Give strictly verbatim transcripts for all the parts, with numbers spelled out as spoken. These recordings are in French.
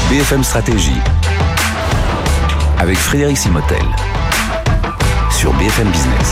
B F M Stratégie avec Frédéric Simotel sur B F M Business.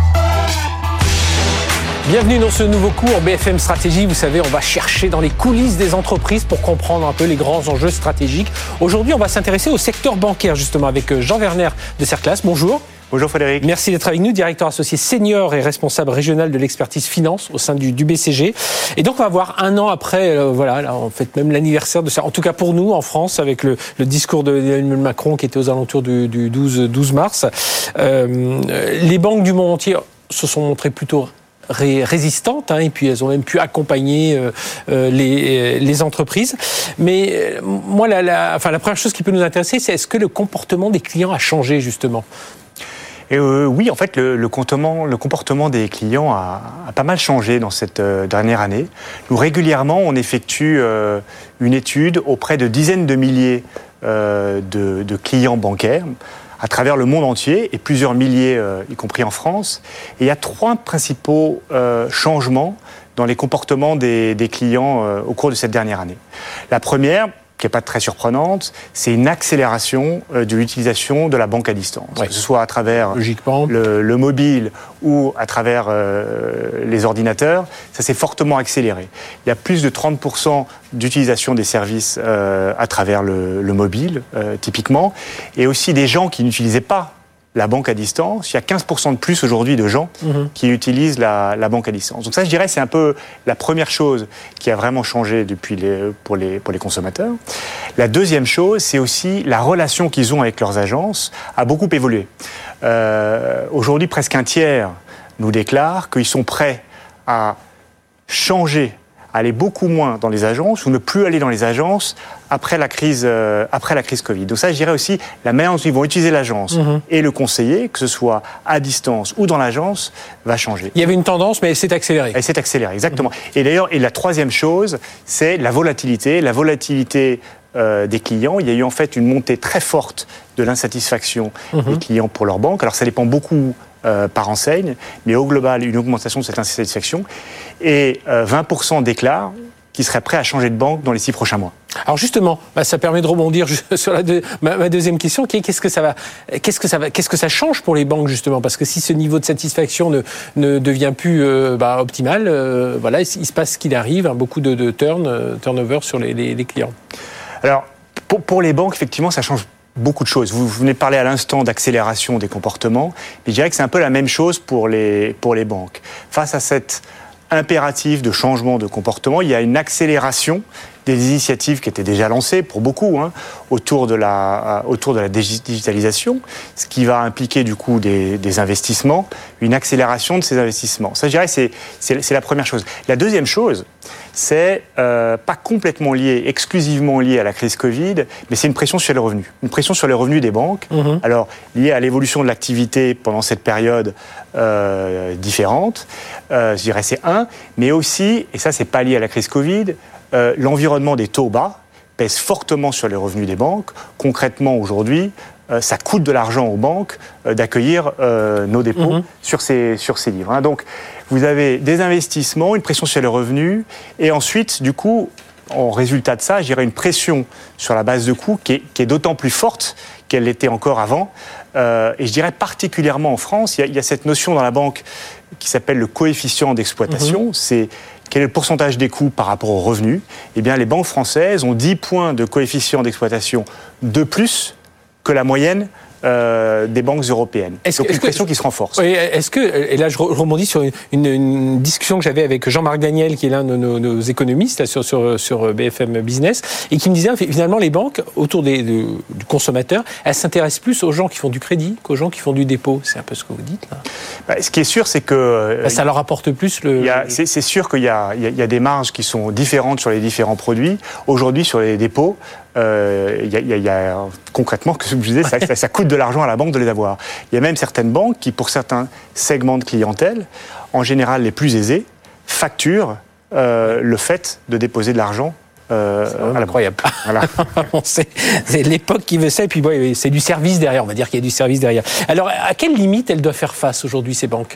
Bienvenue dans ce nouveau cours B F M Stratégie. Vous savez, on va chercher dans les coulisses des entreprises pour comprendre un peu les grands enjeux stratégiques. Aujourd'hui, on va s'intéresser au secteur bancaire, justement, avec Jean Werner de Cerclas. Bonjour. Bonjour Frédéric. Merci d'être avec nous, directeur associé senior et responsable régional de l'expertise finance au sein du, du B C G. Et donc on va voir un an après, euh, voilà, là, on fête même l'anniversaire de ça. En tout cas pour nous en France, avec le, le discours d'Emmanuel Macron qui était aux alentours du, du douze mars. Euh, les banques du monde entier se sont montrées plutôt ré, résistantes, hein, et puis elles ont même pu accompagner euh, euh, les, les entreprises. Mais euh, moi, la, la, enfin, la première chose qui peut nous intéresser, c'est est-ce que le comportement des clients a changé justement ? Et euh, oui, en fait, le, le, comportement, le comportement des clients a, a pas mal changé dans cette euh, dernière année. Nous, régulièrement, on effectue euh, une étude auprès de dizaines de milliers euh, de, de clients bancaires à travers le monde entier, et plusieurs milliers, euh, y compris en France. Et il y a trois principaux euh, changements dans les comportements des, des clients euh, au cours de cette dernière année. La première, qui n'est pas très surprenante, c'est une accélération euh, de l'utilisation de la banque à distance, ouais. Que ce soit à travers le, le mobile ou à travers euh, les ordinateurs. Ça s'est fortement accéléré. Il y a plus de trente pour cent d'utilisation des services euh, à travers le, le mobile, euh, typiquement, et aussi des gens qui n'utilisaient pas la banque à distance. Il y a quinze pour cent de plus aujourd'hui de gens mmh. qui utilisent la, la banque à distance. Donc ça, je dirais, c'est un peu la première chose qui a vraiment changé depuis les, pour, les, pour les consommateurs. La deuxième chose, c'est aussi la relation qu'ils ont avec leurs agences a beaucoup évolué. Euh, aujourd'hui, presque un tiers nous déclare qu'ils sont prêts à changer, à aller beaucoup moins dans les agences ou ne plus aller dans les agences après la crise, euh, après la crise Covid. Donc ça, je dirais aussi, la manière dont ils vont utiliser l'agence mmh. et le conseiller, que ce soit à distance ou dans l'agence, va changer. Il y avait une tendance, mais elle s'est accélérée. Elle s'est accélérée, exactement. Mmh. Et d'ailleurs, et la troisième chose, c'est la volatilité. La volatilité euh, des clients. Il y a eu en fait une montée très forte de l'insatisfaction mmh. des clients pour leur banque. Alors ça dépend beaucoup Euh, par enseigne, mais au global, une augmentation de cette insatisfaction. Et euh, vingt pour cent déclarent qu'ils seraient prêts à changer de banque dans les six prochains mois. Alors justement, bah, ça permet de rebondir sur la deux, ma, ma deuxième question, qui est qu'est-ce que ça va, qu'est-ce que ça va, qu'est-ce que ça change pour les banques justement, parce que si ce niveau de satisfaction ne, ne devient plus euh, bah, optimal, euh, voilà, il, il se passe ce qu'il arrive, hein, beaucoup de, de turn, euh, turnover sur les, les, les clients. Alors pour, pour les banques, effectivement, ça change beaucoup de choses. Vous venez de parler à l'instant d'accélération des comportements, mais je dirais que c'est un peu la même chose pour les, pour les banques. Face à cet impératif de changement de comportement, il y a une accélération des initiatives qui étaient déjà lancées pour beaucoup hein, autour de la autour de la digitalisation, ce qui va impliquer du coup des, des investissements, une accélération de ces investissements. Ça, je dirais, c'est c'est, c'est la première chose. La deuxième chose, c'est euh, pas complètement lié, exclusivement lié à la crise Covid, mais c'est une pression sur les revenus, une pression sur les revenus des banques. Mmh. Alors liée à l'évolution de l'activité pendant cette période euh, différente, euh, je dirais c'est un, mais aussi, et ça c'est pas lié à la crise Covid. Euh, l'environnement des taux bas pèse fortement sur les revenus des banques. Concrètement, aujourd'hui, euh, ça coûte de l'argent aux banques euh, d'accueillir euh, nos dépôts mmh. sur ces, sur ces livres. Hein. Donc, vous avez des investissements, une pression sur les revenus, et ensuite, du coup, en résultat de ça, je dirais une pression sur la base de coûts qui est, qui est d'autant plus forte qu'elle l'était encore avant. Euh, et je dirais particulièrement en France, il y a, il y a cette notion dans la banque qui s'appelle le coefficient d'exploitation. Mmh. C'est quel est le pourcentage des coûts par rapport aux revenus ? Eh bien, les banques françaises ont dix points de coefficient d'exploitation de plus que la moyenne euh, des banques européennes. Est-ce Donc que, une pression que, qui se renforce. Oui, est-ce que, et là je rebondis sur une, une, une discussion que j'avais avec Jean-Marc Daniel, qui est l'un de nos, nos économistes là, sur, sur, sur B F M Business, et qui me disait finalement les banques, autour des, de, du consommateur, elles s'intéressent plus aux gens qui font du crédit qu'aux gens qui font du dépôt. C'est un peu ce que vous dites là. Bah, ce qui est sûr, c'est que... Bah, ça leur apporte plus le... Il y a, c'est, c'est sûr qu'il y a, il y a des marges qui sont différentes sur les différents produits. Aujourd'hui, sur les dépôts, euh, il, y a, il, y a, il y a concrètement, que je disais, ça, ça, ça coûte de l'argent à la banque de les avoir. Il y a même certaines banques qui, pour certains segments de clientèle, en général les plus aisés, facturent euh, le fait de déposer de l'argent. Euh, c'est incroyable. Voilà. c'est, c'est l'époque qui veut ça, et puis ouais, c'est du service derrière, on va dire qu'il y a du service derrière. Alors, à quelle limite elles doivent faire face aujourd'hui, ces banques ?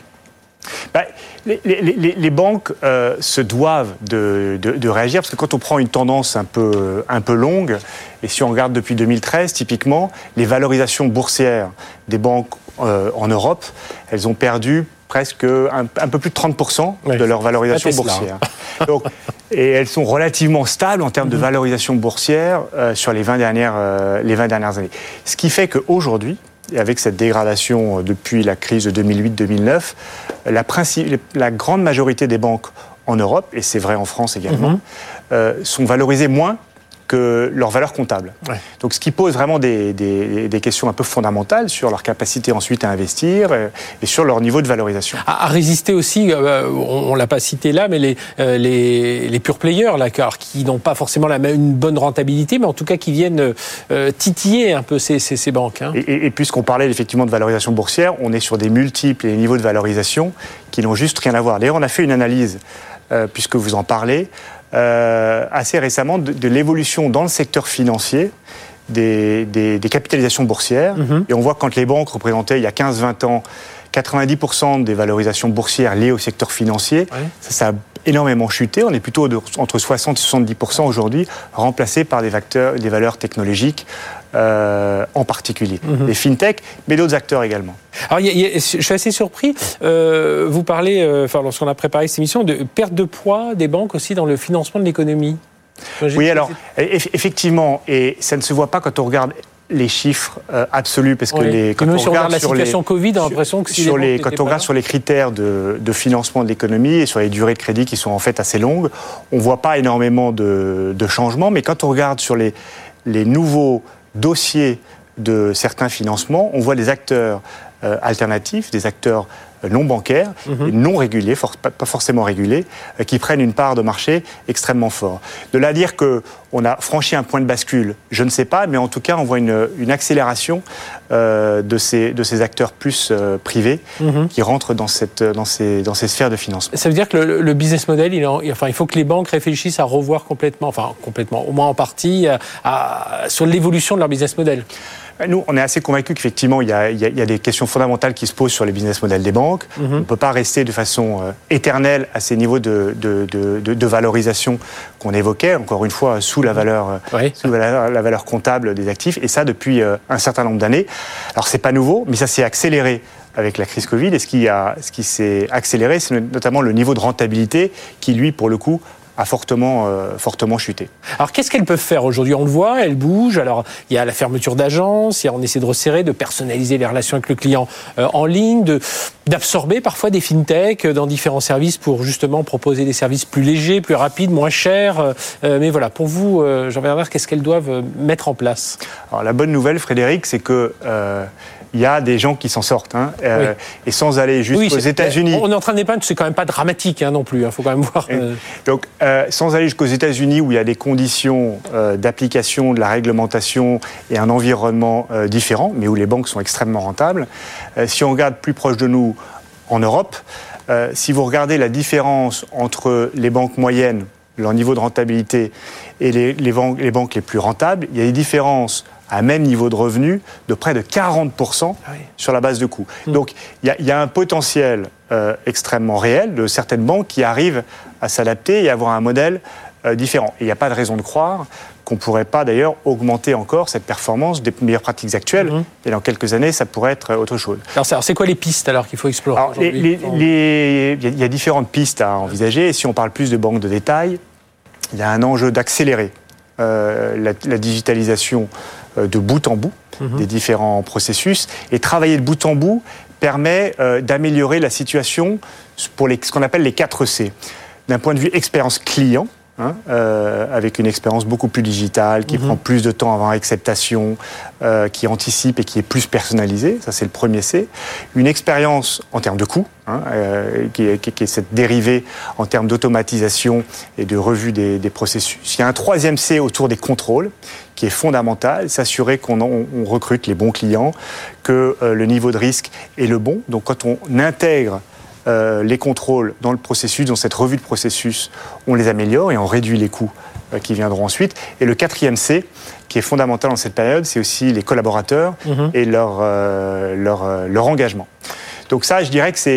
bah, les, les, les, les banques euh, se doivent de, de, de réagir, parce que quand on prend une tendance un peu, un peu longue, et si on regarde depuis deux mille treize, typiquement, les valorisations boursières des banques euh, en Europe, elles ont perdu presque un, un peu plus de trente pour cent oui. de leur valorisation boursière. Donc, et elles sont relativement stables en termes de valorisation boursière euh, sur les vingt dernières, euh, les vingt dernières années. Ce qui fait qu'aujourd'hui, et avec cette dégradation depuis la crise de deux mille huit deux mille neuf, la, princi- la grande majorité des banques en Europe, et c'est vrai en France également, mmh. euh, sont valorisées moins que leur valeur comptable. Ouais. Donc, ce qui pose vraiment des, des, des questions un peu fondamentales sur leur capacité ensuite à investir et sur leur niveau de valorisation. À, à résister aussi, euh, on ne l'a pas cité là, mais les, euh, les, les pure players, là, car, qui n'ont pas forcément la, une bonne rentabilité, mais en tout cas qui viennent euh, titiller un peu ces, ces, ces banques. Hein. Et, et, et puisqu'on parlait effectivement de valorisation boursière, on est sur des multiples et des niveaux de valorisation qui n'ont juste rien à voir. D'ailleurs, on a fait une analyse, euh, puisque vous en parlez, Euh, assez récemment de, de l'évolution dans le secteur financier des, des, des capitalisations boursières. Mmh. Et on voit que quand les banques représentaient il y a quinze vingt ans quatre-vingt-dix pour cent des valorisations boursières liées au secteur financier, ouais. ça, ça a énormément chuté. On est plutôt de, entre soixante et soixante-dix pour cent aujourd'hui, remplacés par des, facteurs, des valeurs technologiques euh, en particulier. Mmh. Les fintech, mais d'autres acteurs également. Alors, y a, y a, je suis assez surpris. Euh, vous parlez, euh, enfin, lorsqu'on a préparé cette émission, de perte de poids des banques aussi dans le financement de l'économie. Oui, alors, effectivement, et ça ne se voit pas quand on regarde les chiffres euh, absolus, parce que oui. les, quand on regarde, regarde la sur situation les, Covid, on a l'impression que si sur les les, quand on regarde sur les critères de, de financement de l'économie et sur les durées de crédit qui sont en fait assez longues, on voit pas énormément de, de changements, mais quand on regarde sur les, les nouveaux dossiers de certains financements, on voit des acteurs euh, alternatifs, des acteurs non bancaires, mmh. et non réguliers, for- pas forcément réguliers, euh, qui prennent une part de marché extrêmement fort. De là à dire qu'on a franchi un point de bascule, je ne sais pas, mais en tout cas, on voit une, une accélération euh, de, ces, de ces acteurs plus euh, privés mmh. qui rentrent dans, cette, dans, ces, dans ces sphères de financement. Ça veut dire que le, le business model, il, en, enfin, il faut que les banques réfléchissent à revoir complètement, enfin complètement, au moins en partie, à, à, sur l'évolution de leur business model. Nous, on est assez convaincus qu'effectivement, il y, a, il y a des questions fondamentales qui se posent sur les business models des banques. Mmh. On ne peut pas rester de façon euh, éternelle à ces niveaux de, de, de, de, de valorisation qu'on évoquait, encore une fois, sous la valeur, euh, oui. sous la, la valeur comptable des actifs, et ça depuis euh, un certain nombre d'années. Alors, c'est pas nouveau, mais ça s'est accéléré avec la crise Covid, et ce qui, a, ce qui s'est accéléré, c'est notamment le niveau de rentabilité qui, lui, pour le coup, a fortement, euh, fortement chuté. Alors, qu'est-ce qu'elles peuvent faire aujourd'hui ? On le voit, elles bougent. Alors, il y a la fermeture d'agences, il y a, on essaie de resserrer, de personnaliser les relations avec le client euh, en ligne, de, d'absorber parfois des fintechs dans différents services pour justement proposer des services plus légers, plus rapides, moins chers. Euh, mais voilà, pour vous, euh, Jean-Bernard, qu'est-ce qu'elles doivent mettre en place ? Alors, la bonne nouvelle, Frédéric, c'est que euh, il y a des gens qui s'en sortent, hein, euh, oui. et sans aller jusqu'aux oui, États-Unis. On est en train d'épargne, c'est quand même pas dramatique hein, non plus. Il hein, faut quand même voir. Euh... Donc, euh, sans aller jusqu'aux États-Unis où il y a des conditions euh, d'application de la réglementation et un environnement euh, différent, mais où les banques sont extrêmement rentables. Euh, si on regarde plus proche de nous, en Europe, euh, si vous regardez la différence entre les banques moyennes, leur niveau de rentabilité, et les, les, banques, les banques les plus rentables, il y a des différences à même niveau de revenu de près de quarante pour cent ah oui. sur la base de coûts. Mmh. Donc, il y, y a un potentiel euh, extrêmement réel de certaines banques qui arrivent à s'adapter et à avoir un modèle euh, différent. Et il n'y a pas de raison de croire qu'on ne pourrait pas d'ailleurs augmenter encore cette performance des meilleures pratiques actuelles. Mmh. Et dans quelques années, ça pourrait être autre chose. Alors, c'est, alors c'est quoi les pistes alors qu'il faut explorer alors, les, les, les, Il y a différentes pistes à envisager. Et si on parle plus de banques de détail, il y a un enjeu d'accélérer euh, la, la digitalisation de bout en bout mmh. des différents processus. Et travailler de bout en bout permet euh, d'améliorer la situation pour les, ce qu'on appelle les quatre C. D'un point de vue expérience client, hein, euh, avec une expérience beaucoup plus digitale, qui mmh. prend plus de temps avant acceptation, euh, qui anticipe et qui est plus personnalisée, ça c'est le premier C. Une expérience en termes de coût, hein, euh, qui, est, qui, qui est cette dérivée en termes d'automatisation et de revue des, des processus. Il y a un troisième C autour des contrôles, qui est fondamental, s'assurer qu'on on, on recrute les bons clients, que euh, le niveau de risque est le bon. Donc quand on intègre euh, les contrôles dans le processus, dans cette revue de processus, on les améliore et on réduit les coûts euh, qui viendront ensuite. Et le quatrième C, qui est fondamental dans cette période, c'est aussi les collaborateurs mmh. et leur, euh, leur, euh, leur engagement. Donc ça, je dirais que c'est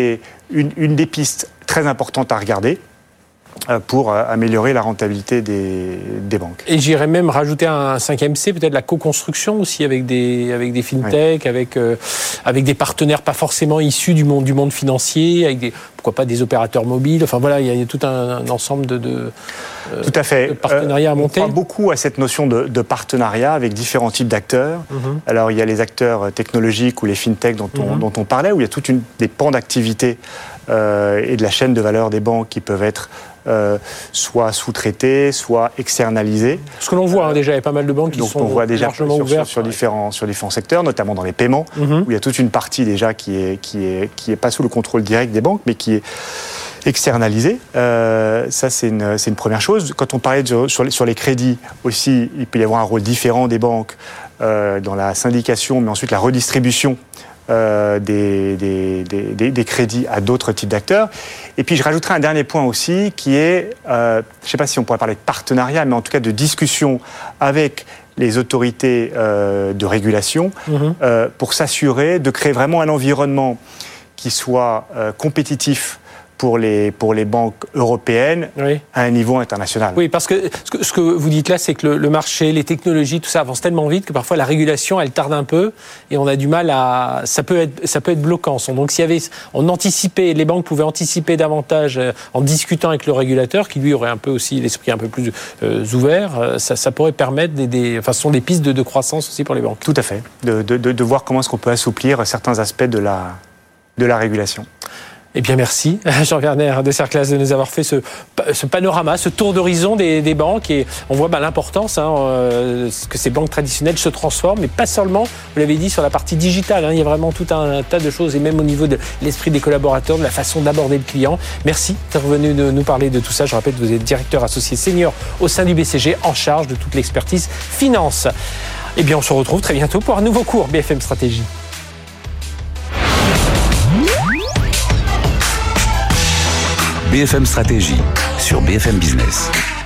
une, une des pistes très importantes à regarder pour améliorer la rentabilité des, des banques. Et j'irais même rajouter un cinquième C, peut-être la co-construction aussi avec des, avec des fintechs, oui. avec, euh, avec des partenaires pas forcément issus du monde, du monde financier, avec des, pourquoi pas des opérateurs mobiles. Enfin voilà, il y a, il y a tout un, un ensemble de, de, tout à fait. de partenariats euh, à monter. On croit beaucoup à cette notion de, de partenariat avec différents types d'acteurs. Mm-hmm. Alors il y a les acteurs technologiques ou les fintechs dont on, mm-hmm. dont on parlait, où il y a toute une des pans d'activité euh, et de la chaîne de valeur des banques qui peuvent être Euh, soit sous-traités, soit externalisés. Ce que l'on voit hein, déjà, il y a pas mal de banques qui Donc, sont on voit déjà largement sur, ouvertes. Sur, sur, différents, sur différents secteurs, notamment dans les paiements, mm-hmm. où il y a toute une partie déjà qui est, qui est, qui est pas sous le contrôle direct des banques, mais qui est externalisée. Euh, ça, c'est une, c'est une première chose. Quand on parlait de, sur, les, sur les crédits aussi, il peut y avoir un rôle différent des banques euh, dans la syndication, mais ensuite la redistribution Euh, des, des, des, des crédits à d'autres types d'acteurs. Et puis je rajouterai un dernier point aussi qui est, euh, je ne sais pas si on pourrait parler de partenariat, mais en tout cas de discussion avec les autorités euh, de régulation mmh. euh, pour s'assurer de créer vraiment un environnement qui soit euh, compétitif pour les, pour les banques européennes oui. à un niveau international. Oui, parce que ce que, ce que vous dites là, c'est que le, le marché, les technologies, tout ça avance tellement vite que parfois la régulation, elle tarde un peu et on a du mal à... Ça peut être, ça peut être bloquant. Donc s'il y avait... On anticipait, les banques pouvaient anticiper davantage en discutant avec le régulateur, qui lui aurait un peu aussi l'esprit un peu plus euh, ouvert, ça, ça pourrait permettre des... des enfin, ce sont des pistes de, de croissance aussi pour les banques. Tout à fait. De, de, de, de voir comment est-ce qu'on peut assouplir certains aspects de la, de la régulation. Eh bien, merci, Jean-Werner de Cerclas, de nous avoir fait ce, ce panorama, ce tour d'horizon des, des banques. Et on voit bah, l'importance hein, euh, que ces banques traditionnelles se transforment, mais pas seulement, vous l'avez dit, sur la partie digitale. Hein, il y a vraiment tout un, un tas de choses, et même au niveau de l'esprit des collaborateurs, de la façon d'aborder le client. Merci d'être venu de nous parler de tout ça. Je rappelle que vous êtes directeur associé senior au sein du B C G, en charge de toute l'expertise finance. Eh bien, on se retrouve très bientôt pour un nouveau cours B F M Stratégie. B F M Stratégie sur B F M Business.